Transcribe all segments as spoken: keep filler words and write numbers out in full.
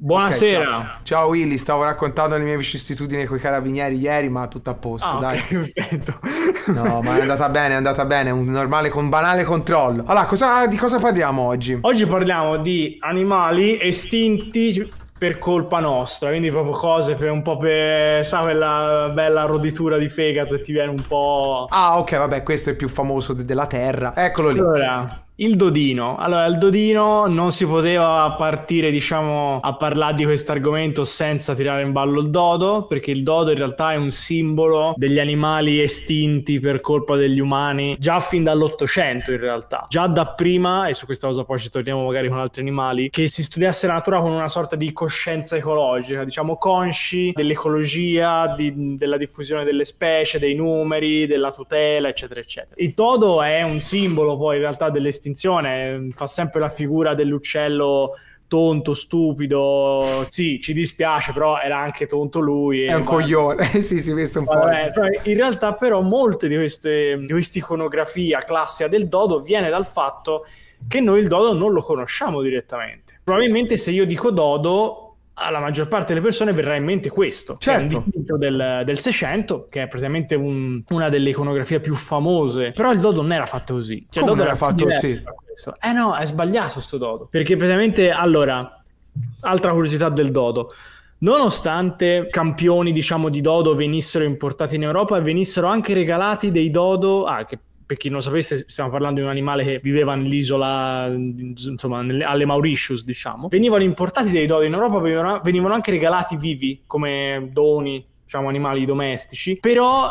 Buonasera. Okay, ciao. Ciao Willy, stavo raccontando le mie vicissitudini con i carabinieri ieri, ma tutto a posto, Ah, dai. ok, perfetto. No, ma è andata bene, è andata bene, un normale con banale controllo. Allora, cosa, di cosa parliamo oggi? Oggi parliamo di animali estinti per colpa nostra, quindi proprio cose per un po' per, sai, quella bella roditura di fegato e ti viene un po'... Ah, ok, vabbè, questo è il più famoso de- della Terra. Eccolo lì. Allora, il dodino. Allora, il dodino non si poteva partire, diciamo, a parlare di questo argomento senza tirare in ballo il dodo, perché il dodo in realtà è un simbolo degli animali estinti per colpa degli umani, già fin dall'Ottocento in realtà. Già da prima, e su questa cosa poi ci torniamo magari con altri animali, che si studiasse la natura con una sorta di coscienza ecologica, diciamo consci dell'ecologia, di, della diffusione delle specie, dei numeri, della tutela, eccetera, eccetera. Il dodo è un simbolo poi in realtà dell'estinzione, fa sempre la figura dell'uccello tonto, stupido. Sì, ci dispiace, però era anche tonto lui. È un ma... coglione, sì, si veste un Vabbè, po'. in realtà però molte di queste di questa iconografia classica del dodo viene dal fatto che noi il dodo non lo conosciamo direttamente. Probabilmente se io dico dodo, alla maggior parte delle persone verrà in mente questo. Certo. È un dipinto del, del Seicento, che è praticamente un, una delle iconografie più famose, però il dodo non era fatto così. Cioè, Come il dodo era fatto così? Eh no, è sbagliato sto dodo, perché praticamente, allora, altra curiosità del dodo, nonostante campioni, diciamo, di dodo venissero importati in Europa e venissero anche regalati dei dodo, ah, che per chi non lo sapesse stiamo parlando di un animale che viveva nell'isola, insomma, nelle, alle Mauritius, diciamo, venivano importati dei dodo in Europa, venivano, venivano anche regalati vivi come doni, diciamo, animali domestici, però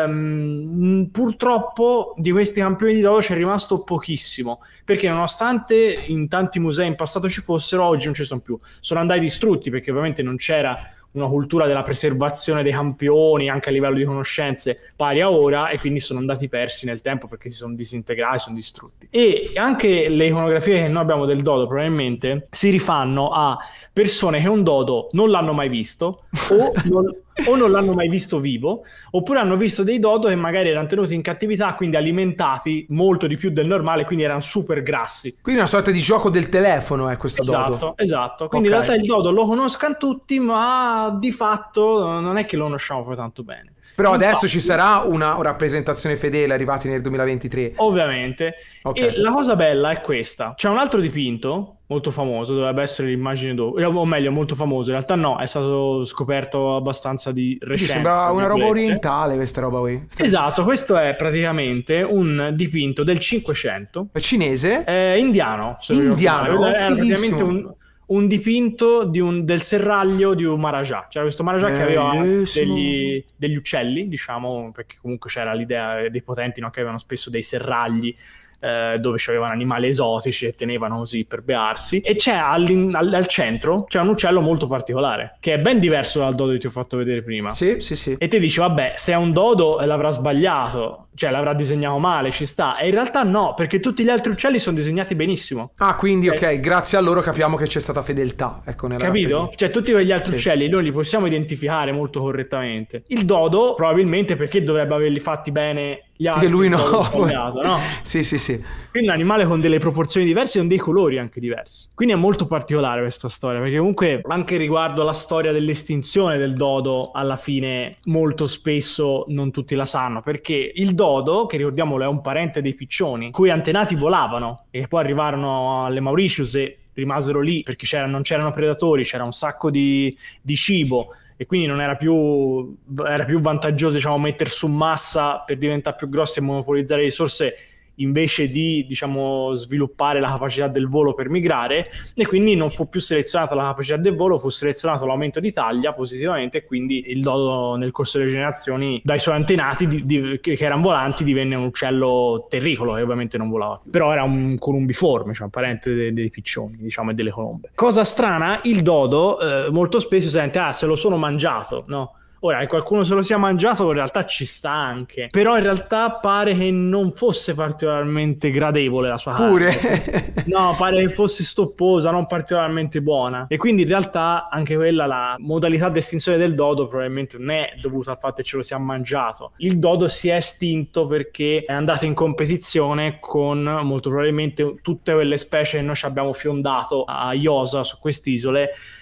ehm, purtroppo di questi campioni di dodo c'è rimasto pochissimo, perché nonostante in tanti musei in passato ci fossero, oggi non ci sono più, sono andati distrutti perché ovviamente non c'era una cultura della preservazione dei campioni anche a livello di conoscenze pari a ora, e quindi sono andati persi nel tempo perché si sono disintegrati, sono distrutti. E anche le iconografie che noi abbiamo del dodo probabilmente si rifanno a persone che un dodo non l'hanno mai visto o non, o non l'hanno mai visto vivo, oppure hanno visto dei dodo che magari erano tenuti in cattività, quindi alimentati molto di più del normale, quindi erano super grassi. Quindi una sorta di gioco del telefono è questo esatto, dodo. Esatto, quindi okay. In realtà il dodo lo conoscano tutti, ma di fatto non è che lo conosciamo poi tanto bene. Però Infatti, adesso ci sarà una rappresentazione fedele arrivati nel duemilaventitré. Ovviamente. Okay. E la cosa bella è questa. C'è un altro dipinto molto famoso, dovrebbe essere l'immagine dopo, o meglio molto famoso, in realtà no, è stato scoperto abbastanza di recente. Sembra una roba orientale questa roba qui. Esatto, questo è praticamente un dipinto del Cinquecento. È cinese? È indiano. Se indiano, è praticamente un... un dipinto di un, del serraglio di un Maharaja. C'era questo Maharaja eh, che aveva degli, degli uccelli, diciamo, perché comunque c'era l'idea dei potenti, no, che avevano spesso dei serragli eh, dove c'avevano animali esotici e tenevano così per bearsi. E c'è al, al centro c'è un uccello molto particolare, che è ben diverso dal dodo che ti ho fatto vedere prima. Sì, sì, sì. E te dici, vabbè, se è un dodo l'avrà sbagliato, cioè l'avrà disegnato male, ci sta. E in realtà no, perché tutti gli altri uccelli sono disegnati benissimo. Ah, quindi ok, eh. grazie a loro capiamo che c'è stata fedeltà, ecco, nella capito? Cioè tutti quegli altri sì. uccelli noi li possiamo identificare molto correttamente. Il dodo probabilmente, perché dovrebbe averli fatti bene gli altri, che lui no. no? Sì, sì, sì. Quindi un animale con delle proporzioni diverse e con dei colori anche diversi. Quindi è molto particolare questa storia, perché comunque anche riguardo alla storia dell'estinzione del dodo, alla fine molto spesso non tutti la sanno, perché il dodo, che ricordiamolo è un parente dei piccioni, cui antenati volavano e che poi arrivarono alle Mauritius e rimasero lì perché c'era, non c'erano predatori, c'era un sacco di, di cibo, e quindi non era più, era più vantaggioso, diciamo, metter su massa per diventare più grossi e monopolizzare le risorse invece di, diciamo, sviluppare la capacità del volo per migrare, e quindi non fu più selezionata la capacità del volo, fu selezionato l'aumento di taglia positivamente, e quindi il dodo nel corso delle generazioni dai suoi antenati di, di, che, che erano volanti divenne un uccello terricolo, che ovviamente non volava più, però era un columbiforme, cioè un parente dei, dei piccioni, diciamo, e delle colombe. Cosa strana, il dodo eh, molto spesso si sente, ah, se lo sono mangiato, no? Ora, che qualcuno se lo sia mangiato in realtà ci sta anche, però in realtà pare che non fosse particolarmente gradevole la sua Pure? carne. No, pare che fosse stopposa, non particolarmente buona, e quindi in realtà anche quella, la modalità di estinzione del dodo probabilmente non è dovuta al fatto che ce lo sia mangiato. Il dodo si è estinto perché è andato in competizione con molto probabilmente tutte quelle specie che noi ci abbiamo fiondato a Iosa, su quest'isole,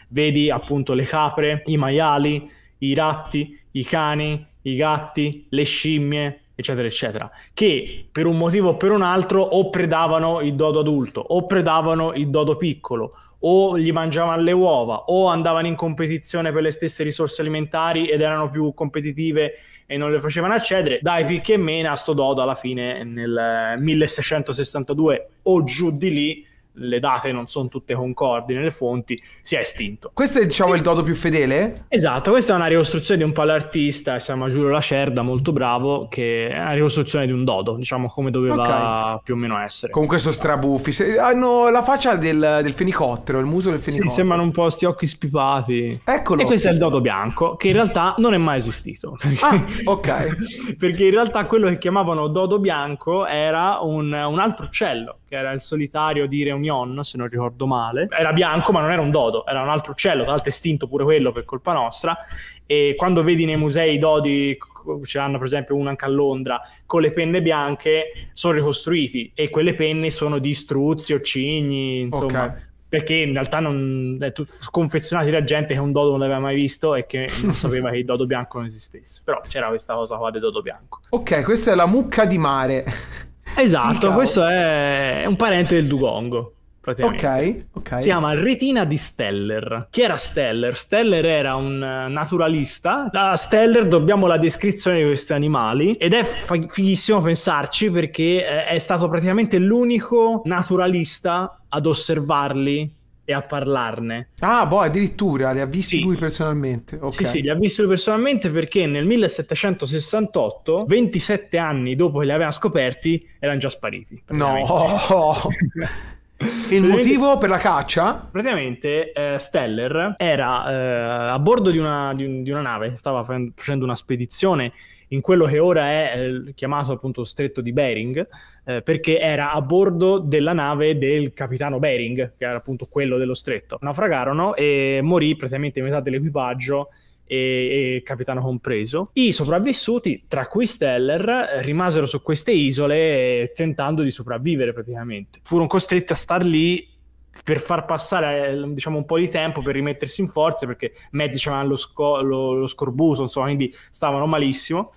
Vedi appunto le capre, i maiali, i ratti, i cani, i gatti, le scimmie, eccetera eccetera, che per un motivo o per un altro o predavano il dodo adulto o predavano il dodo piccolo, o gli mangiavano le uova, o andavano in competizione per le stesse risorse alimentari ed erano più competitive e non le facevano accedere. Dai picchi e mena, sto dodo alla fine nel milleseicentosessantadue o giù di lì, le date non sono tutte concordi nelle fonti, si è estinto. Questo è, diciamo, il dodo più fedele? Esatto, questa è una ricostruzione di un paleartista, si chiama Giulio Lacerda, molto bravo, che è una ricostruzione di un dodo, diciamo come doveva okay. più o meno essere. Comunque sono strabuffi, Se, hanno la faccia del, del fenicottero, il muso del fenicottero. Sì, sembrano un po' sti occhi spipati. Eccolo. E questo è il dodo bianco, che in realtà non è mai esistito. Perché, ah, ok. Perché in realtà quello che chiamavano dodo bianco era un, un altro uccello, che era il solitario di Réunion, se non ricordo male. Era bianco, ma non era un dodo, era un altro uccello, tra l'altro estinto pure quello per colpa nostra. E quando vedi nei musei i dodi, ce l'hanno per esempio uno anche a Londra, con le penne bianche, sono ricostruiti, e quelle penne sono di struzzi o cigni, insomma. Okay. Perché in realtà non è confezionati da gente che un dodo non l'aveva mai visto e che non sapeva che il dodo bianco non esistesse. Però c'era questa cosa qua del dodo bianco. Ok, questa è la mucca di mare. Esatto, sì, questo è un parente del dugongo, praticamente. Ok, ok. Si chiama Retina di Steller. Chi era Steller? Steller era un naturalista. Da Steller dobbiamo la descrizione di questi animali, ed è fighissimo pensarci, perché è stato praticamente l'unico naturalista ad osservarli e a parlarne. Ah, boh, addirittura li ha visti sì. lui personalmente. Okay. Sì, sì, li ha visti lui personalmente, perché nel millesettecentosessantotto, ventisette anni dopo che li aveva scoperti, erano già spariti. No! Il motivo per la caccia? Praticamente eh, Steller era eh, a bordo di una, di, un, di una nave, stava facendo una spedizione in quello che ora è eh, chiamato appunto Stretto di Bering, eh, perché era a bordo della nave del capitano Bering, che era appunto quello dello stretto. Naufragarono e morì praticamente metà dell'equipaggio, e, e capitano compreso. I sopravvissuti, tra cui Steller, rimasero su queste isole tentando di sopravvivere praticamente. Furono costretti a star lì per far passare, diciamo, un po' di tempo per rimettersi in forze, perché mezzi avevano lo, sco- lo, lo scorbuto, insomma, quindi stavano malissimo.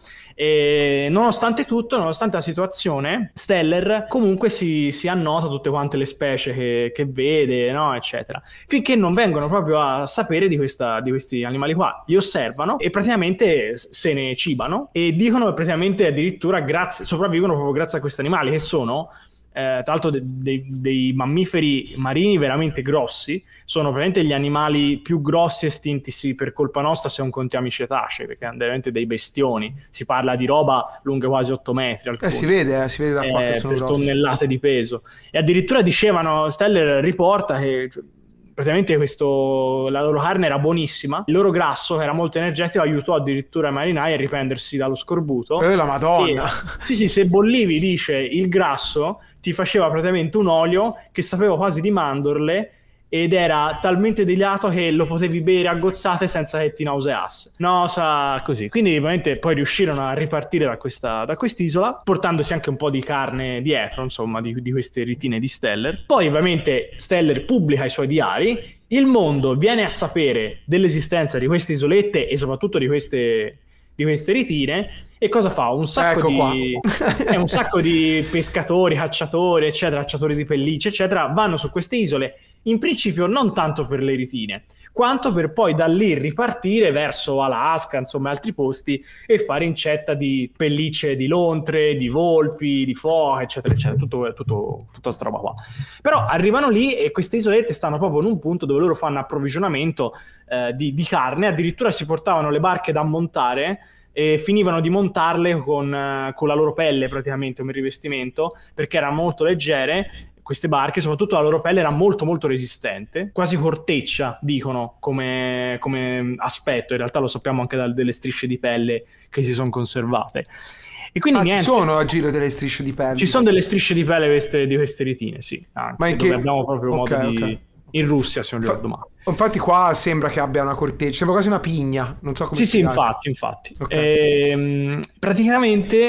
E nonostante tutto, nonostante la situazione, Steller comunque si, si annota tutte quante le specie che, che vede, no, eccetera, finché non vengono proprio a sapere di, questa, di questi animali qua. Li osservano e praticamente se ne cibano, e dicono che praticamente addirittura grazie, sopravvivono proprio grazie a questi animali, che sono Eh, tra l'altro de- de- dei mammiferi marini veramente grossi. Sono praticamente gli animali più grossi estintisi per colpa nostra, se non contiamo i cetacei, perché hanno veramente dei bestioni. Si parla di roba lunghe quasi otto metri alcuni. Eh, si vede, eh, si vede da qua, eh, che sono per grossi. tonnellate di peso. E addirittura dicevano, Steller riporta che praticamente questo, la loro carne era buonissima, il loro grasso, che era molto energetico, aiutò addirittura i marinai a riprendersi dallo scorbuto. Eh, la Madonna! E, sì, sì, se bollivi, dice, il grasso ti faceva praticamente un olio che sapeva quasi di mandorle, ed era talmente delicato che lo potevi bere a gozzate senza che ti nauseasse. No, sa così. Quindi ovviamente poi riuscirono a ripartire da questa da quest'isola, portandosi anche un po' di carne dietro, insomma, di, di queste ritine di Steller. Poi ovviamente Steller pubblica i suoi diari, il mondo viene a sapere dell'esistenza di queste isolette e soprattutto di queste di queste ritine, e cosa fa? Un sacco ecco di è un sacco di pescatori, cacciatori, eccetera, cacciatori di pellicce, eccetera, vanno su queste isole, in principio non tanto per le ritine, quanto per poi da lì ripartire verso Alaska, insomma altri posti, e fare incetta di pellicce di lontre, di volpi, di foche, eccetera, eccetera, tutto, tutto, tutta sta roba qua. Però arrivano lì e queste isolette stanno proprio in un punto dove loro fanno approvvigionamento eh, di, di carne, addirittura si portavano le barche da montare e finivano di montarle con, uh, con la loro pelle praticamente come rivestimento, perché erano molto leggere queste barche, soprattutto la loro pelle era molto molto resistente, quasi corteccia dicono come, come aspetto, in realtà lo sappiamo anche da delle strisce di pelle che si sono conservate. E quindi ah, niente, ci sono a giro delle strisce di pelle? Ci sono delle strisce di pelle queste, di queste ritine, sì, anche, ma in dove che... abbiamo proprio okay, modo di... Okay. In Russia, se non ricordo Fa... male. Infatti qua sembra che abbia una corteccia, sembra quasi una pigna, non so come Sì, spiegare. sì, infatti, infatti. Okay. Ehm, praticamente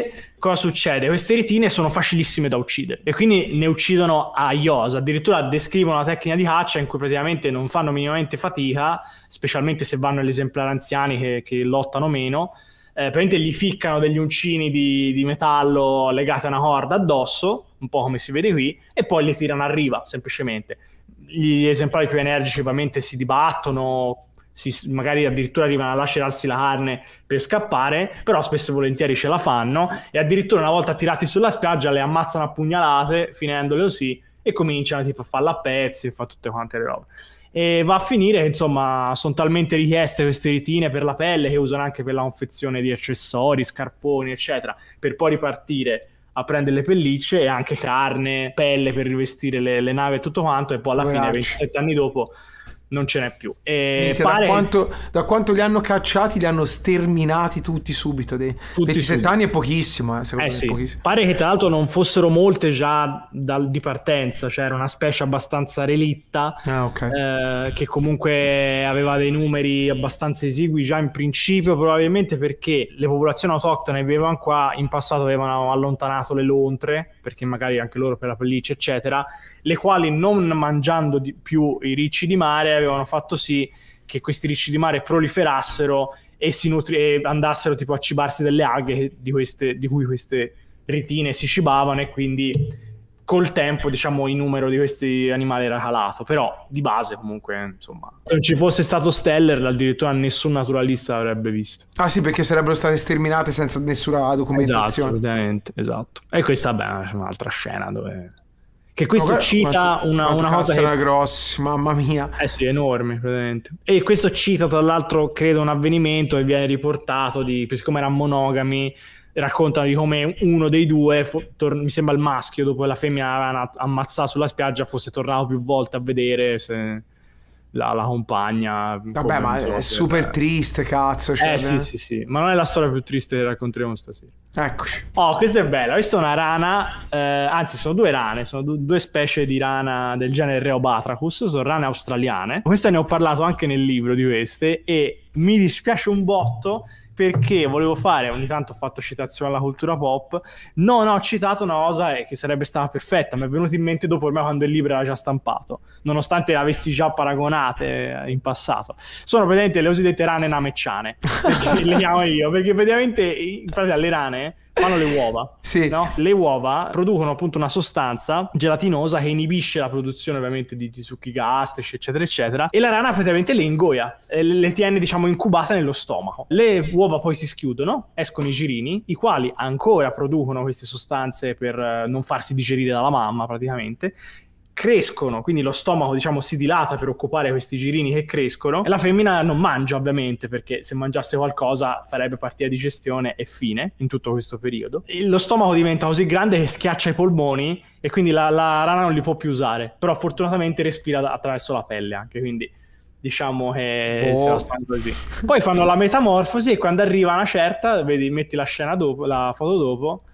cosa succede? Queste eritine sono facilissime da uccidere e quindi ne uccidono a iosa, addirittura descrivono una tecnica di caccia in cui praticamente non fanno minimamente fatica, specialmente se vanno agli esemplari anziani che, che lottano meno, eh, praticamente gli ficcano degli uncini di, di metallo legati a una corda addosso, un po' come si vede qui, e poi li tirano a riva, semplicemente. Gli esemplari più energici ovviamente si dibattono, si, magari addirittura arrivano a lasciarsi la carne per scappare, però spesso e volentieri ce la fanno, e addirittura una volta tirati sulla spiaggia le ammazzano a pugnalate, finendole così, e cominciano tipo a farla a pezzi e fa tutte quante le robe. E va a finire che insomma sono talmente richieste queste eritine per la pelle che usano anche per la confezione di accessori, scarponi eccetera, per poi ripartire a prendere le pellicce e anche carne, pelle per rivestire le, le navi e tutto quanto, e poi alla Poveracci. fine ventisette anni dopo non ce n'è più. E Minchia, pare... da, quanto, da quanto li hanno cacciati, li hanno sterminati tutti subito. Dei... Tutti ventisette subito. anni è pochissimo, eh, secondo Eh me sì. è pochissimo. Pare che tra l'altro non fossero molte già dal, di partenza, cioè era una specie abbastanza relitta, Ah, ok. eh, che comunque aveva dei numeri abbastanza esigui già in principio, probabilmente perché le popolazioni autoctone che vivevano qua in passato avevano allontanato le lontre, perché magari anche loro per la pelliccia eccetera, le quali non mangiando di più i ricci di mare avevano fatto sì che questi ricci di mare proliferassero e si nutri- e andassero tipo a cibarsi delle alghe di, queste, di cui queste ritine si cibavano, e quindi col tempo diciamo il numero di questi animali era calato, però di base comunque insomma se non ci fosse stato Steller addirittura nessun naturalista l'avrebbe visto. Ah sì, perché sarebbero state sterminate senza nessuna documentazione. Esatto, esattamente, esatto. E questa vabbè, è un'altra scena dove... che questo Ma guarda cita quanto- una, quanto una cazzo cosa che... erano grossi, mamma mia. Eh sì, enormi, praticamente. E questo cita tra l'altro, credo, un avvenimento che viene riportato di, siccome erano monogami, raccontano di come uno dei due, fo- tor- mi sembra il maschio, dopo la femmina aveva ammazzato sulla spiaggia, fosse tornato più volte a vedere se la, la compagna... Vabbè, ma è super triste, cazzo. Cioè, Eh sì, eh. sì, sì, ma non è la storia più triste che racconteremo stasera. Eccoci. Oh, questa è bella, questa è una rana, eh, anzi sono due rane, sono du- due specie di rana del genere Reobatrachus, sono rane australiane. Questa ne ho parlato anche nel libro di queste e mi dispiace un botto perché volevo fare, ogni tanto ho fatto citazione alla cultura pop, non ho citato una cosa che sarebbe stata perfetta, mi è venuto in mente dopo ormai quando il libro era già stampato, nonostante le avessi già paragonate in passato. Sono praticamente le cosiddette rane namecciane, perché le chiamo io, perché praticamente in pratica le rane fanno le uova, Sì. no? Le uova producono appunto una sostanza gelatinosa che inibisce la produzione ovviamente di, di succhi gastrici eccetera eccetera, e la rana praticamente le ingoia, le, le tiene diciamo incubate nello stomaco. Le uova poi si schiudono, escono i girini, i quali ancora producono queste sostanze per eh, non farsi digerire dalla mamma praticamente, crescono, quindi lo stomaco diciamo si dilata per occupare questi girini che crescono, e la femmina non mangia ovviamente, perché se mangiasse qualcosa farebbe partire digestione e fine in tutto questo periodo. E lo stomaco diventa così grande che schiaccia i polmoni e quindi la, la rana non li può più usare, però fortunatamente respira da, attraverso la pelle anche, quindi diciamo che Oh. se la fanno così. Poi fanno la metamorfosi e quando arriva una certa, vedi, metti la scena dopo, la foto dopo,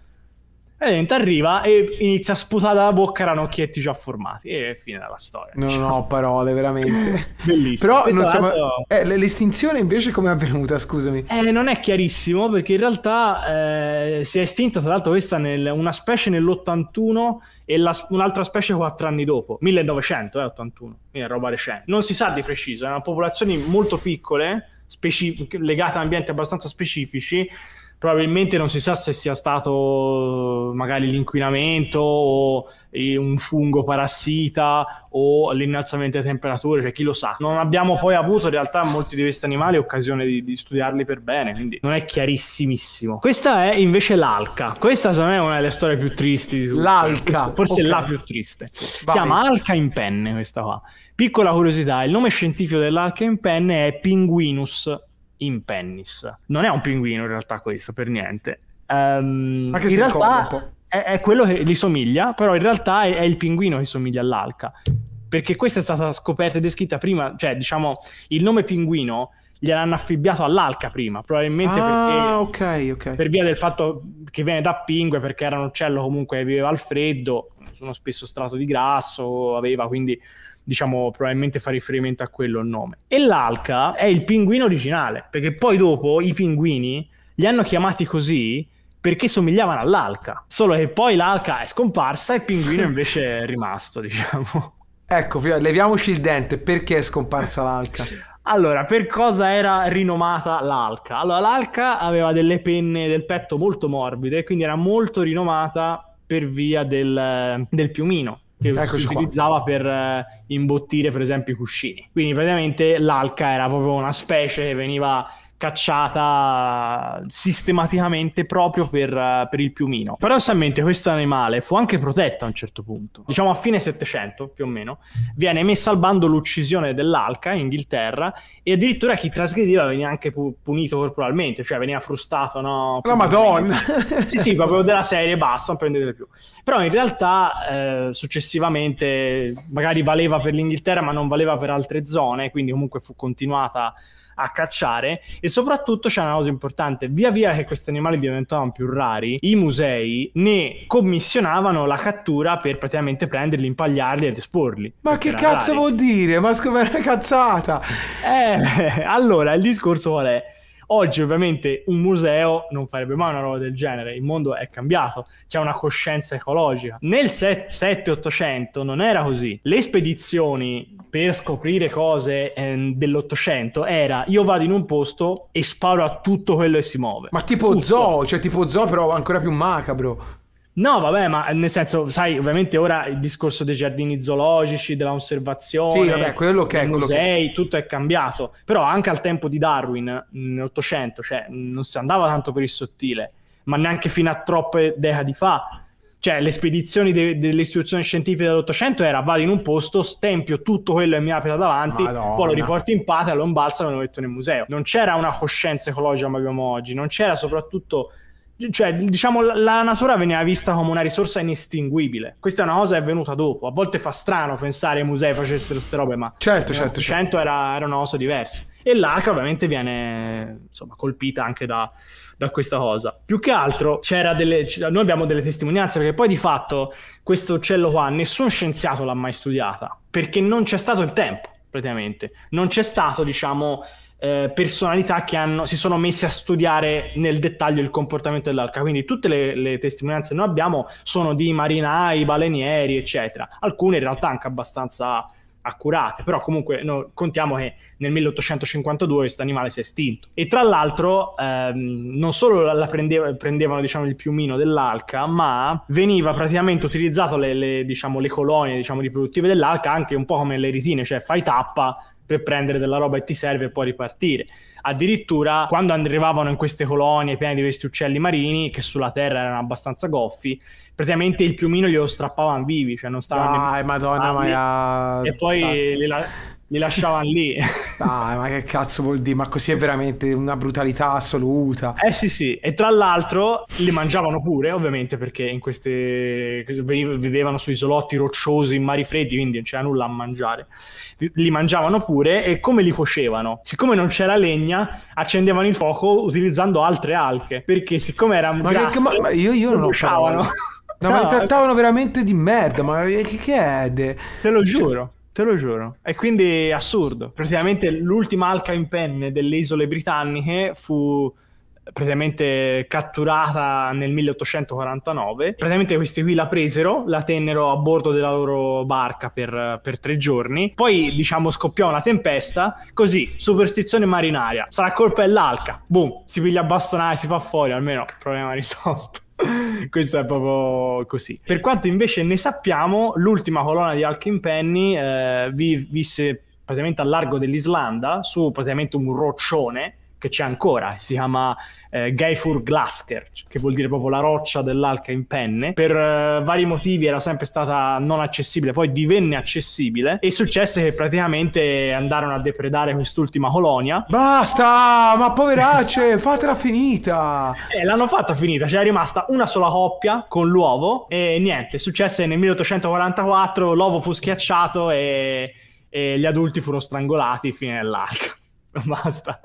e niente, arriva e inizia a sputare dalla bocca ranocchietti già formati e fine della storia. No, diciamo. no, ho parole, veramente. Bellissimo. Però Questo non siamo... l'altro- eh, l- l'estinzione invece come è avvenuta, scusami? Eh, non è chiarissimo perché in realtà eh, si è estinta tra l'altro questa nel, una specie nell'ottantuno e la, un'altra specie quattro anni dopo, millenovecento, eh, ottantuno, quindi è roba recente. Non si sa di preciso, erano popolazioni molto piccole, specifiche, legate a ambienti abbastanza specifici. Probabilmente non si sa se sia stato magari l'inquinamento o un fungo parassita o l'innalzamento delle temperature, cioè chi lo sa. Non abbiamo poi avuto in realtà molti di questi animali occasione di, di studiarli per bene, quindi non è chiarissimissimo. Questa è invece l'alca. Questa secondo me è una delle storie più tristi di tutte. L'alca, Forse ok. è la più triste. Si Vai. chiama alca in penne questa qua. Piccola curiosità, il nome scientifico dell'alca in penne è Pinguinus impennis. Non è un pinguino in realtà questo, per niente. Um, Anche in se realtà ricorda un po'. è, è quello che gli somiglia, però in realtà è, è il pinguino che somiglia all'alca, perché questa è stata scoperta e descritta prima, cioè diciamo il nome pinguino gliel'hanno affibbiato all'alca prima, probabilmente Ah, perché ok, ok. per via del fatto che viene da pingue, perché era un uccello comunque che viveva al freddo, sono spesso strato di grasso, aveva quindi diciamo probabilmente fa riferimento a quello il nome. E l'alca è il pinguino originale, perché poi dopo i pinguini li hanno chiamati così perché somigliavano all'alca, solo che poi l'alca è scomparsa e il pinguino invece è rimasto, diciamo. Ecco, leviamoci il dente, perché è scomparsa l'alca? Allora, per cosa era rinomata l'alca? Allora, l'alca aveva delle penne del petto molto morbide, quindi era molto rinomata per via del, del piumino, che Eccoci si qua. utilizzava per eh, imbottire per esempio i cuscini. Quindi praticamente l'alca era proprio una specie che veniva cacciata sistematicamente proprio per, uh, per il piumino. Paradossalmente questo animale fu anche protetto a un certo punto, diciamo a fine settecento più o meno, viene messa al bando l'uccisione dell'alca in Inghilterra e addirittura chi trasgrediva veniva anche pu- punito corporalmente, cioè veniva frustato, no? La Madonna! Sì, sì, proprio della serie, basta, non prendete più. Però in realtà eh, successivamente magari valeva per l'Inghilterra ma non valeva per altre zone, quindi comunque fu continuata a cacciare. E soprattutto c'è una cosa importante: via via che questi animali diventavano più rari, i musei ne commissionavano la cattura per praticamente prenderli, impagliarli ed esporli. Ma che cazzo rari. Vuol dire? Ma scoprire una cazzata! Eh, allora il discorso qual è? Oggi ovviamente un museo non farebbe mai una roba del genere, il mondo è cambiato, c'è una coscienza ecologica. Nel sette ottocento non era così. Le spedizioni per scoprire cose eh, dell'Ottocento era: io vado in un posto e sparo a tutto quello che si muove. Ma tipo tutto. Zoo, cioè tipo zoo però ancora più macabro. No, vabbè, ma nel senso, sai, ovviamente ora il discorso dei giardini zoologici, della conservazione, sì, vabbè, quello che è, dei quello musei, che... tutto è cambiato. Però anche al tempo di Darwin, nell'Ottocento, cioè non si andava tanto per il sottile, ma neanche fino a troppe decadi fa. Cioè, le spedizioni de- delle istituzioni scientifiche dell'Ottocento era: vado in un posto, stempio tutto quello che mi apre davanti, Madonna. Poi lo riporto in patria, lo imbalsamo e lo metto nel museo. Non c'era una coscienza ecologica come abbiamo oggi, non c'era soprattutto... Cioè, diciamo, la natura veniva vista come una risorsa inestinguibile. Questa è una cosa che è venuta dopo. A volte fa strano pensare ai musei facessero queste robe, ma certo, certo, certo. Era, era una cosa diversa. E l'Arca ovviamente viene, insomma, colpita anche da, da questa cosa. Più che altro c'era delle, noi abbiamo delle testimonianze, perché poi di fatto questo uccello qua nessun scienziato l'ha mai studiata, perché non c'è stato il tempo, praticamente. Non c'è stato, diciamo... Eh, personalità che hanno, si sono messi a studiare nel dettaglio il comportamento dell'alca. Quindi tutte le, le testimonianze che noi abbiamo sono di marinai, balenieri, eccetera. Alcune in realtà anche abbastanza accurate, però comunque noi contiamo che nel milleottocentocinquantadue questo animale si è estinto. E tra l'altro ehm, non solo la prendeva, prendevano, diciamo, il piumino dell'alca, ma veniva praticamente utilizzato le, le, diciamo, le colonie, diciamo, riproduttive dell'alca anche un po' come le eritine, cioè fai tappa per prendere della roba che ti serve e poi ripartire. Addirittura quando arrivavano in queste colonie piene di questi uccelli marini che sulla terra erano abbastanza goffi, praticamente il piumino glielo strappavano vivi, cioè non stavano... Dai, madonna, ma ya... E poi li, la... li lasciavano lì. Dai, ma che cazzo vuol dire? Ma così è veramente una brutalità assoluta. Eh sì sì, e tra l'altro li mangiavano pure, ovviamente, perché in queste vivevano su isolotti rocciosi in mari freddi, quindi non c'era nulla a mangiare. Li mangiavano pure. E come li cuocevano? Siccome non c'era legna, accendevano il fuoco utilizzando altre alche, perché siccome era un ma gas, che, ma, ma io, io non ho bruciavano. No, ma li trattavano veramente di merda, ma che, che è? De... Te lo giuro. Te lo giuro. E quindi è assurdo. Praticamente l'ultima alca in penne delle isole britanniche fu praticamente catturata nel milleottocentoquarantanove. Praticamente questi qui la presero, la tennero a bordo della loro barca per, per tre giorni. Poi, diciamo, scoppiò una tempesta. Così, superstizione marinaria. Sarà colpa dell'alca. Boom, si piglia a bastonare, si fa fuori. Almeno problema risolto. Questo è proprio così. Per quanto invece ne sappiamo, l'ultima colonna di alche in penny eh, vi, visse praticamente al largo dell'Islanda, su praticamente un roccione che c'è ancora, si chiama eh, Geifur Glasker, che vuol dire proprio la roccia dell'alca in penne. Per eh, vari motivi era sempre stata non accessibile, poi divenne accessibile e successe che praticamente andarono a depredare quest'ultima colonia. Basta, ma poveracce, fatela finita! Eh, l'hanno fatta finita, c'era rimasta una sola coppia con l'uovo e niente, successe nel milleottocentoquarantaquattro, l'uovo fu schiacciato e, e gli adulti furono strangolati, fine dell'alca. basta.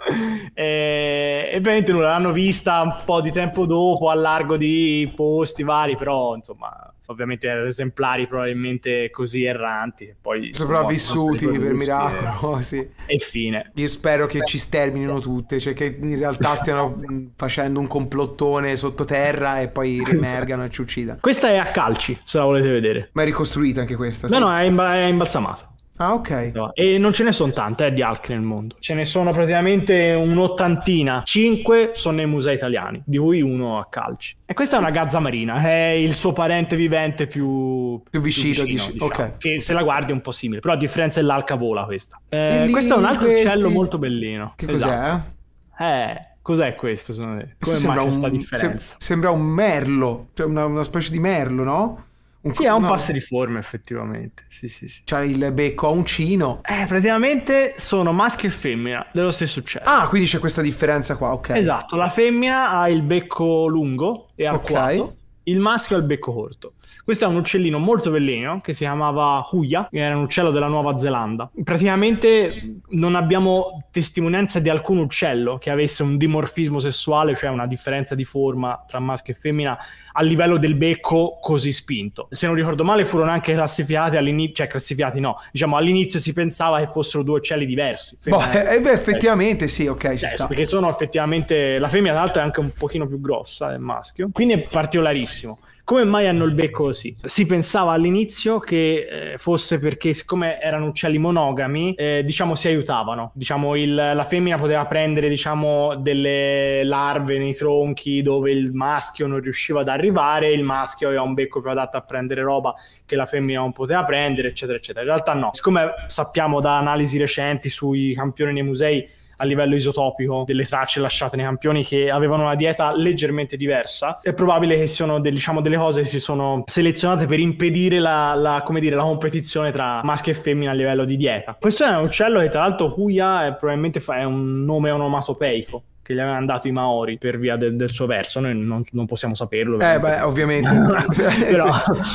E, e ovviamente non l'hanno vista un po' di tempo dopo, a largo di posti vari, però insomma ovviamente erano esemplari probabilmente così erranti, poi sopravvissuti per miracolo, sì. E fine. Io spero che ci sterminino tutte, cioè che in realtà stiano facendo un complottone sottoterra e poi riemergano e ci uccidano. Questa è a Calci, se la volete vedere. Ma è ricostruita anche questa? No, sì. no, è, imba- è imbalsamata. Ah, ok. E non ce ne sono tante eh, di alcre nel mondo. Ce ne sono praticamente un'ottantina. Cinque sono nei musei italiani, di cui uno a Calci. E questa è una gazza marina, è il suo parente vivente più, più vicino, più vicino dici. diciamo, Ok. che se la guardi è un po' simile, però a differenza dell'alca vola questa. Eh, lì, questo è un altro questi... uccello molto bellino. Che esatto. cos'è? Eh, cos'è questo? Secondo te? Come sembra mai un, questa differenza? Sem- sembra un merlo, cioè una, una specie di merlo, no? Un Sì, ha un no. passeriforme effettivamente. Sì, sì, sì. C'ha il becco a uncino. Eh, praticamente sono maschio e femmina dello stesso uccello. Ah, quindi c'è questa differenza qua, ok. Esatto, la femmina ha il becco lungo e arcuato, Ok. il maschio ha il becco corto. Questo è un uccellino molto bellino che si chiamava Huia, che era un uccello della Nuova Zelanda. Praticamente non abbiamo testimonianza di alcun uccello che avesse un dimorfismo sessuale, cioè una differenza di forma tra maschio e femmina a livello del becco così spinto. Se non ricordo male furono anche classificati all'inizio, cioè classificati no, diciamo all'inizio si pensava che fossero due uccelli diversi. Boh, eh, beh, effettivamente sì, ok, ci Cioè, sta. perché sono effettivamente, la femmina tra l'altro è anche un pochino più grossa del maschio, quindi è particolarissimo. Come mai hanno il becco così? Si pensava all'inizio che eh, fosse perché siccome erano uccelli monogami, eh, diciamo si aiutavano, diciamo il, la femmina poteva prendere diciamo delle larve nei tronchi dove il maschio non riusciva ad arrivare, il maschio aveva un becco più adatto a prendere roba che la femmina non poteva prendere, eccetera eccetera. In realtà no, siccome sappiamo da analisi recenti sui campioni nei musei a livello isotopico delle tracce lasciate nei campioni che avevano una dieta leggermente diversa, è probabile che siano del, diciamo, delle cose che si sono selezionate per impedire la, la, come dire, la competizione tra maschio e femmina a livello di dieta. Questo è un uccello che tra l'altro Huia è, probabilmente fa, è un nome onomatopeico che gli avevano dato i Maori per via del, del suo verso. Noi non, non possiamo saperlo. Eh beh, ovviamente. però,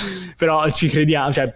però ci crediamo, cioè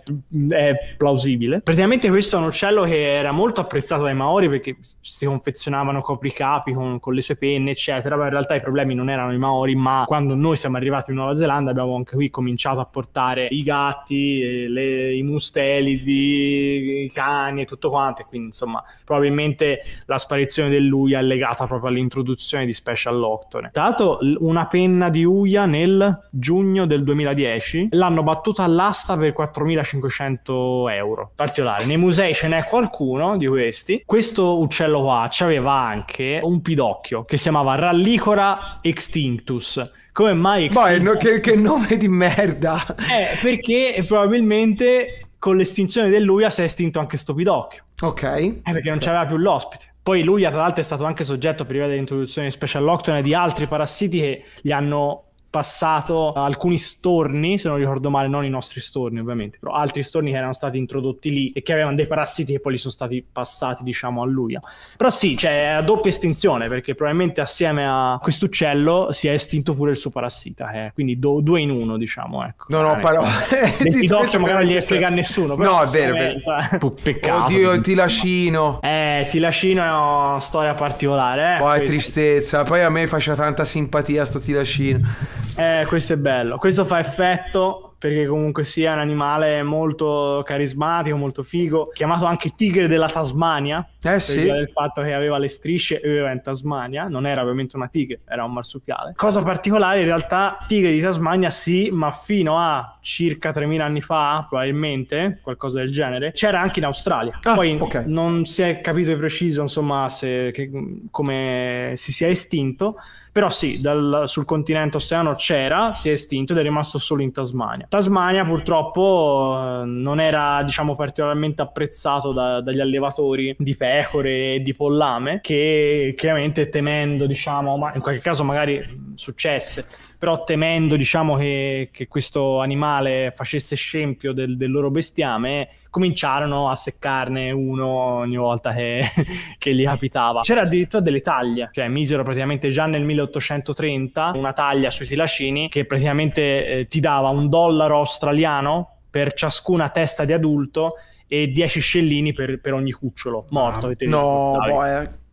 è plausibile. Praticamente questo è un uccello che era molto apprezzato dai Maori perché si confezionavano copricapi con, con le sue penne, eccetera. Ma in realtà i problemi non erano i Maori, ma quando noi siamo arrivati in Nuova Zelanda abbiamo anche qui cominciato a portare i gatti, le, i mustelidi, i cani e tutto quanto. E quindi insomma probabilmente la sparizione dell'Uia è legata proprio all'introduzione di specie alloctone. Tra l'altro una penna di Uia nel giugno del duemiladieci l'hanno battuta all'asta per quattromilacinquecento euro. Particolare. Nei musei ce n'è qualcuno di questi. Questo uccello qua aveva anche un pidocchio che si chiamava Rallicora extinctus. Come mai extinctus? Boh, no, che, che nome di merda! Eh, perché probabilmente con l'estinzione dell'Uia si è estinto anche sto pidocchio. Ok. Eh, perché non c'aveva più l'ospite. Poi lui tra l'altro è stato anche soggetto per via dell'introduzione di specie alloctone di altri parassiti che gli hanno passato alcuni storni, se non ricordo male, non i nostri storni ovviamente, però altri storni che erano stati introdotti lì e che avevano dei parassiti che poi li sono stati passati diciamo a lui. Però sì, c'è a doppia estinzione perché probabilmente assieme a quest'uccello si è estinto pure il suo parassita, eh. Quindi do, due in uno diciamo, ecco. Non ho parole. Del pidocchio magari non gli frega a nessuno, però no, è vero, è vero. Peccato. Oddio, il Tilacino. Eh, Tilacino è una storia particolare, eh. Poi oh, tristezza, poi a me faceva tanta simpatia sto Tilacino. Eh, questo è bello. Questo fa effetto perché comunque sia un animale molto carismatico, molto figo, chiamato anche tigre della Tasmania. Eh sì. Per il fatto che aveva le strisce e viveva in Tasmania, non era ovviamente una tigre, era un marsupiale. Cosa particolare, in realtà tigre di Tasmania sì, ma fino a circa tremila anni fa, probabilmente, qualcosa del genere, c'era anche in Australia. Ah, Poi okay. non si è capito di preciso, insomma, se, che, come si sia estinto, però sì, dal, sul continente oceano c'era, si è estinto ed è rimasto solo in Tasmania. Tasmania purtroppo eh, non era, diciamo, particolarmente apprezzato da, dagli allevatori di pecore e di pollame, che chiaramente temendo, diciamo, ma in qualche caso magari successe, però temendo, diciamo, che, che questo animale facesse scempio del, del loro bestiame, cominciarono a seccarne uno ogni volta che, che gli capitava. C'era addirittura delle taglie, cioè misero praticamente già nel milleottocentotrenta una taglia sui tilacini che praticamente eh, ti dava un dollaro australiano per ciascuna testa di adulto e dieci scellini per, per ogni cucciolo morto. Ah, no, boh,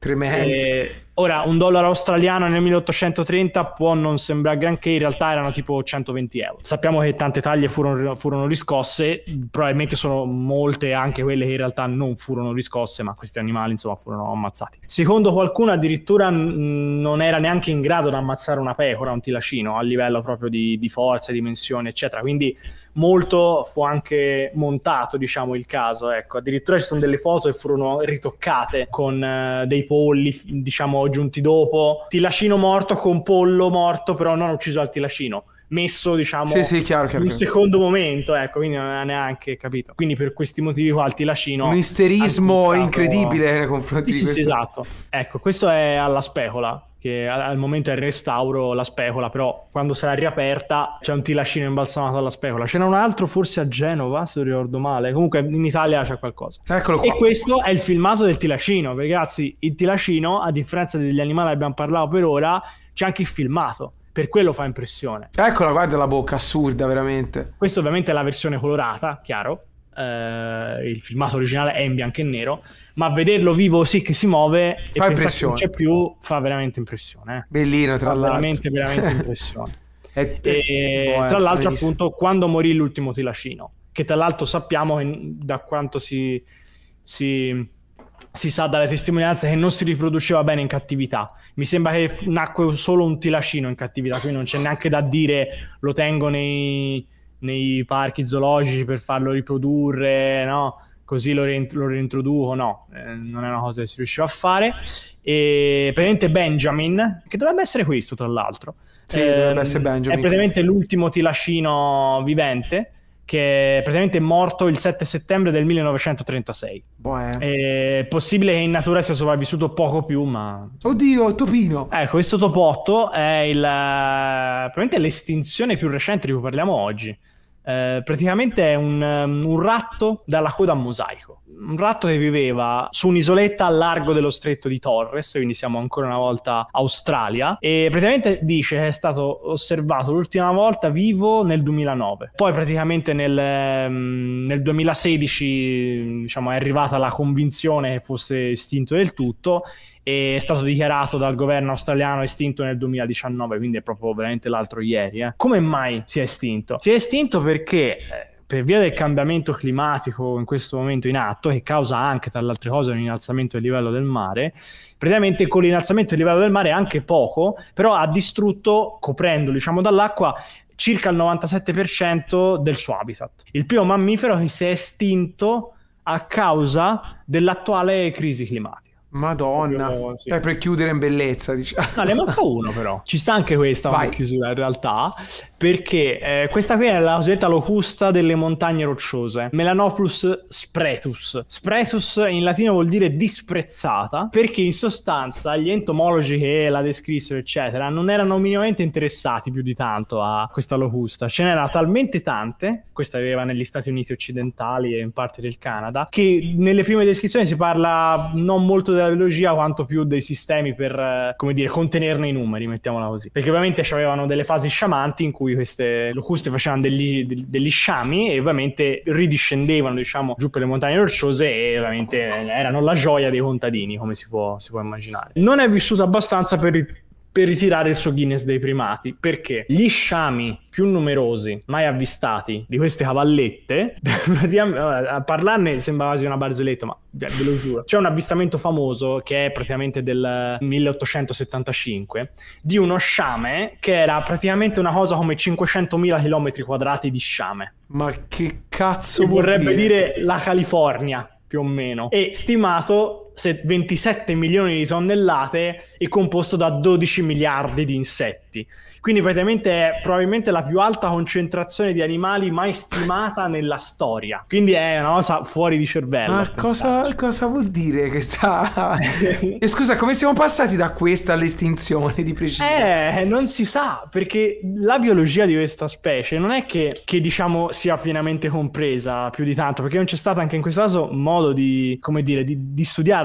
Tremendi. E ora, un dollaro australiano nel milleottocentotrenta può non sembrare granché, in realtà erano tipo centoventi euro. Sappiamo che tante taglie furono, furono riscosse, probabilmente sono molte anche quelle che in realtà non furono riscosse, ma questi animali insomma furono ammazzati. Secondo qualcuno addirittura mh, non era neanche in grado di ammazzare una pecora, un tilacino, a livello proprio di, di forza, dimensioni, eccetera. Quindi molto fu anche montato, diciamo, il caso, ecco. Addirittura ci sono delle foto che furono ritoccate con uh, dei polli, diciamo, giunti dopo, tilacino morto con pollo morto, però non ucciso al tilacino, messo, diciamo, sì, sì, chiaro, chiaro, in un chiaro. secondo momento, ecco, quindi non aveva neanche capito. Quindi per questi motivi qua il tilacino, un isterismo caso, incredibile nei confronti sì, di sì, questo. sì, esatto. Ecco, questo è alla specola, che al momento è il restauro, la specola, però quando sarà riaperta c'è un tilacino imbalsamato alla specola. C'era un altro forse a Genova, se non ricordo male, comunque in Italia c'è qualcosa. Eccolo qua. E questo è il filmato del tilacino, perché ragazzi, il tilacino, a differenza degli animali che abbiamo parlato per ora, c'è anche il filmato, per quello fa impressione. Eccola, guarda la bocca, assurda veramente. Questo ovviamente è la versione colorata, chiaro. Uh, il filmato originale è in bianco e nero, ma vederlo vivo sì che si muove fa e impressione, che non c'è più, fa veramente impressione, eh. Bellino, tra fa l'altro, veramente veramente impressione. e, e boh, tra l'altro benissimo. appunto quando morì l'ultimo tilacino, che tra l'altro sappiamo che da quanto si, si, si sa dalle testimonianze che non si riproduceva bene in cattività. Mi sembra che nacque solo un tilacino in cattività, quindi non c'è neanche da dire lo tengo nei nei parchi zoologici per farlo riprodurre, no? Così lo, reint- lo reintroduco, no, eh, non è una cosa che si riusciva a fare. E praticamente Benjamin, che dovrebbe essere questo tra l'altro, sì, eh, dovrebbe essere Benjamin, è praticamente l'ultimo tilacino vivente, che è praticamente morto il sette settembre del millenovecentotrentasei. Boh, eh. È possibile che in natura sia sopravvissuto poco più, ma... Oddio, topino! Ecco, questo topotto è il, probabilmente l'estinzione più recente di cui parliamo oggi. Eh, praticamente è un, un ratto dalla coda a mosaico. Un ratto che viveva su un'isoletta a largo dello stretto di Torres, quindi siamo ancora una volta Australia, e praticamente dice che è stato osservato l'ultima volta vivo nel duemilanove. Poi praticamente nel, nel duemilasedici, diciamo, è arrivata la convinzione che fosse estinto del tutto, e è stato dichiarato dal governo australiano estinto nel duemiladiciannove, quindi è proprio veramente l'altro ieri. Eh. Come mai si è estinto? Si è estinto perché... Eh, per via del cambiamento climatico in questo momento in atto, che causa anche tra le altre cose un innalzamento del livello del mare, praticamente con l'innalzamento del livello del mare anche poco, però ha distrutto, coprendolo diciamo dall'acqua, circa il novantasette per cento del suo habitat. Il primo mammifero che si è estinto a causa dell'attuale crisi climatica. Madonna, Proprio, sì. per chiudere in bellezza, diciamo. No, ne manca uno però. Ci sta anche questa una chiusura in realtà, perché eh, questa qui è la cosiddetta locusta delle montagne rocciose, Melanopus spretus. Spretus in latino vuol dire disprezzata, perché in sostanza gli entomologi che la descrissero eccetera non erano minimamente interessati più di tanto a questa locusta. Ce n'era talmente tante, questa viveva negli Stati Uniti occidentali e in parte del Canada, che nelle prime descrizioni si parla non molto della biologia quanto più dei sistemi per, come dire, contenerne i numeri, mettiamola così, perché ovviamente avevano delle fasi sciamanti in cui queste locuste facevano degli, degli sciami e ovviamente ridiscendevano, diciamo, giù per le montagne rocciose e ovviamente erano la gioia dei contadini, come si può, si può immaginare. Non è vissuto abbastanza per per ritirare il suo Guinness dei primati, perché gli sciami più numerosi mai avvistati di queste cavallette, a parlarne sembra quasi una barzelletta, ma ve lo giuro, c'è un avvistamento famoso che è praticamente del milleottocentosettantacinque di uno sciame che era praticamente una cosa come cinquecentomila chilometri quadrati di sciame. Ma che cazzo che vuol vorrebbe dire? dire la California più o meno, e stimato ventisette milioni di tonnellate e composto da dodici miliardi di insetti. Quindi praticamente è probabilmente la più alta concentrazione di animali mai stimata nella storia. Quindi è una cosa fuori di cervello. Ma cosa, cosa vuol dire che sta... E scusa, come siamo passati da questa all'estinzione di preciso? Eh, non si sa, perché la biologia di questa specie non è che, che diciamo sia pienamente compresa più di tanto, perché non c'è stato anche in questo caso modo di, come dire, di, di studiarla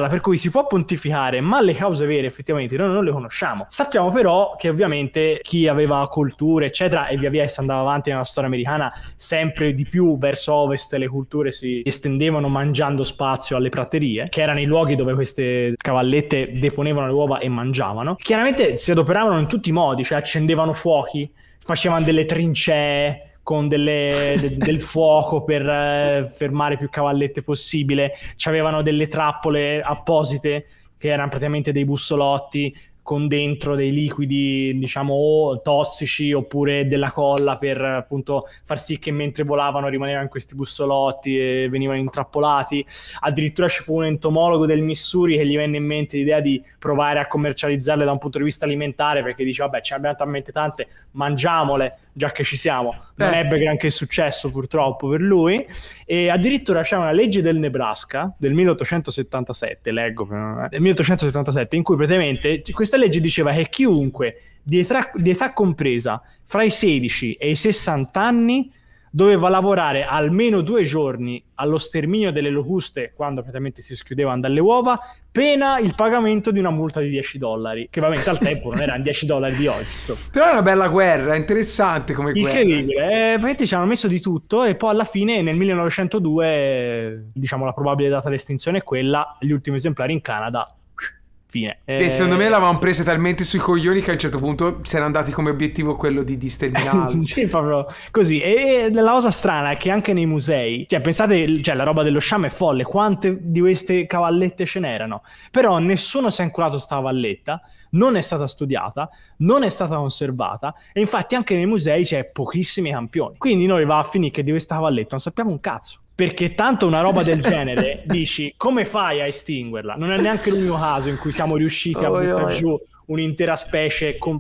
parla, per cui si può pontificare, ma le cause vere effettivamente noi non le conosciamo. Sappiamo però che ovviamente chi aveva culture eccetera, e via via si andava avanti nella storia americana, sempre di più verso ovest le culture si estendevano mangiando spazio alle praterie, che erano i luoghi dove queste cavallette deponevano le uova e mangiavano. Chiaramente si adoperavano in tutti i modi, cioè accendevano fuochi, facevano delle trincee con delle, de, del fuoco per eh, fermare più cavallette possibile, c'avevano delle trappole apposite che erano praticamente dei bussolotti con dentro dei liquidi, diciamo, o tossici oppure della colla per appunto far sì che mentre volavano rimanevano in questi bussolotti e venivano intrappolati. Addirittura ci fu un entomologo del Missouri che gli venne in mente l'idea di provare a commercializzarle da un punto di vista alimentare, perché dice vabbè ce ne abbiamo talmente tante, mangiamole già che ci siamo. Non eh. ebbe granché successo purtroppo per lui, e addirittura c'è una legge del Nebraska del milleottocentosettantasette, leggo del milleottocentosettantasette, in cui praticamente questa legge diceva che chiunque di età, di età compresa fra i sedici e i sessanta anni doveva lavorare almeno due giorni allo sterminio delle locuste quando praticamente si schiudevano dalle uova, pena il pagamento di una multa di dieci dollari, che ovviamente al tempo non erano dieci dollari di oggi. Insomma. Però è una bella guerra, è interessante come guerra. Incredibile, eh, praticamente ci hanno messo di tutto e poi alla fine nel millenovecentodue, diciamo la probabile data di estinzione è quella, gli ultimi esemplari in Canada. Fine. E eh, secondo me l'avevano prese talmente sui coglioni che a un certo punto si erano dati come obiettivo quello di, di sterminarlo. Sì, proprio così. E la cosa strana è che anche nei musei, cioè pensate, cioè la roba dello sciame è folle, quante di queste cavallette ce n'erano, però nessuno si è inculato sta cavalletta, non è stata studiata, non è stata conservata, e infatti anche nei musei c'è pochissimi campioni, quindi noi va a finire che di questa cavalletta non sappiamo un cazzo. Perché tanto una roba del genere, dici, come fai a estinguerla? Non è neanche l'unico caso in cui siamo riusciti a buttare giù un'intera specie con,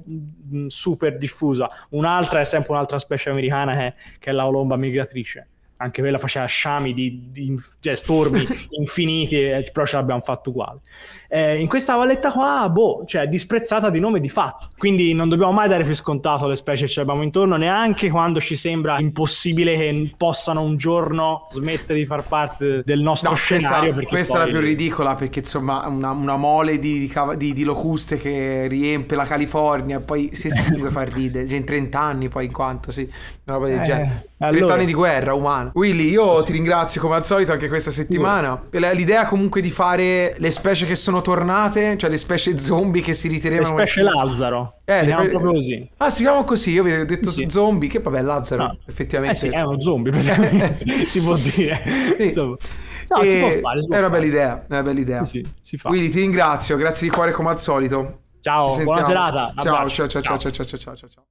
super diffusa. Un'altra è sempre un'altra specie americana che, che è la colomba migratrice. Anche quella faceva sciami di, di cioè stormi infiniti, però ce l'abbiamo fatto uguale. Eh, in questa valletta qua, boh, cioè disprezzata di nome e di fatto. Quindi non dobbiamo mai dare per scontato le specie che ci abbiamo intorno, neanche quando ci sembra impossibile che possano un giorno smettere di far parte del nostro no, scenario. Questa, questa poi... è la più ridicola, perché insomma una, una mole di, di, di locuste che riempie la California e poi si estingue fa ridere. Già in trenta anni poi in quanto, sì, una roba del eh, genere. allora... trenta anni di guerra umana. Willy, io ti ringrazio come al solito anche questa settimana. L'idea comunque di fare le specie che sono tornate, cioè le specie zombie che si ritenevano... Le specie Lazzaro. Eh, si chiamano proprio così. Ah, si chiamano così? Io vi ho detto sì. Zombie, che vabbè, Lazzaro, no. effettivamente. Eh sì, è uno zombie, si può dire. Sì. No, e... si può fare, si può è una fare. bella idea, è una bella idea. Sì, sì, si fa. Willy, ti ringrazio, grazie di cuore come al solito. Ciao, buona serata. Ciao, ciao, ciao, ciao, ciao, ciao, ciao, ciao.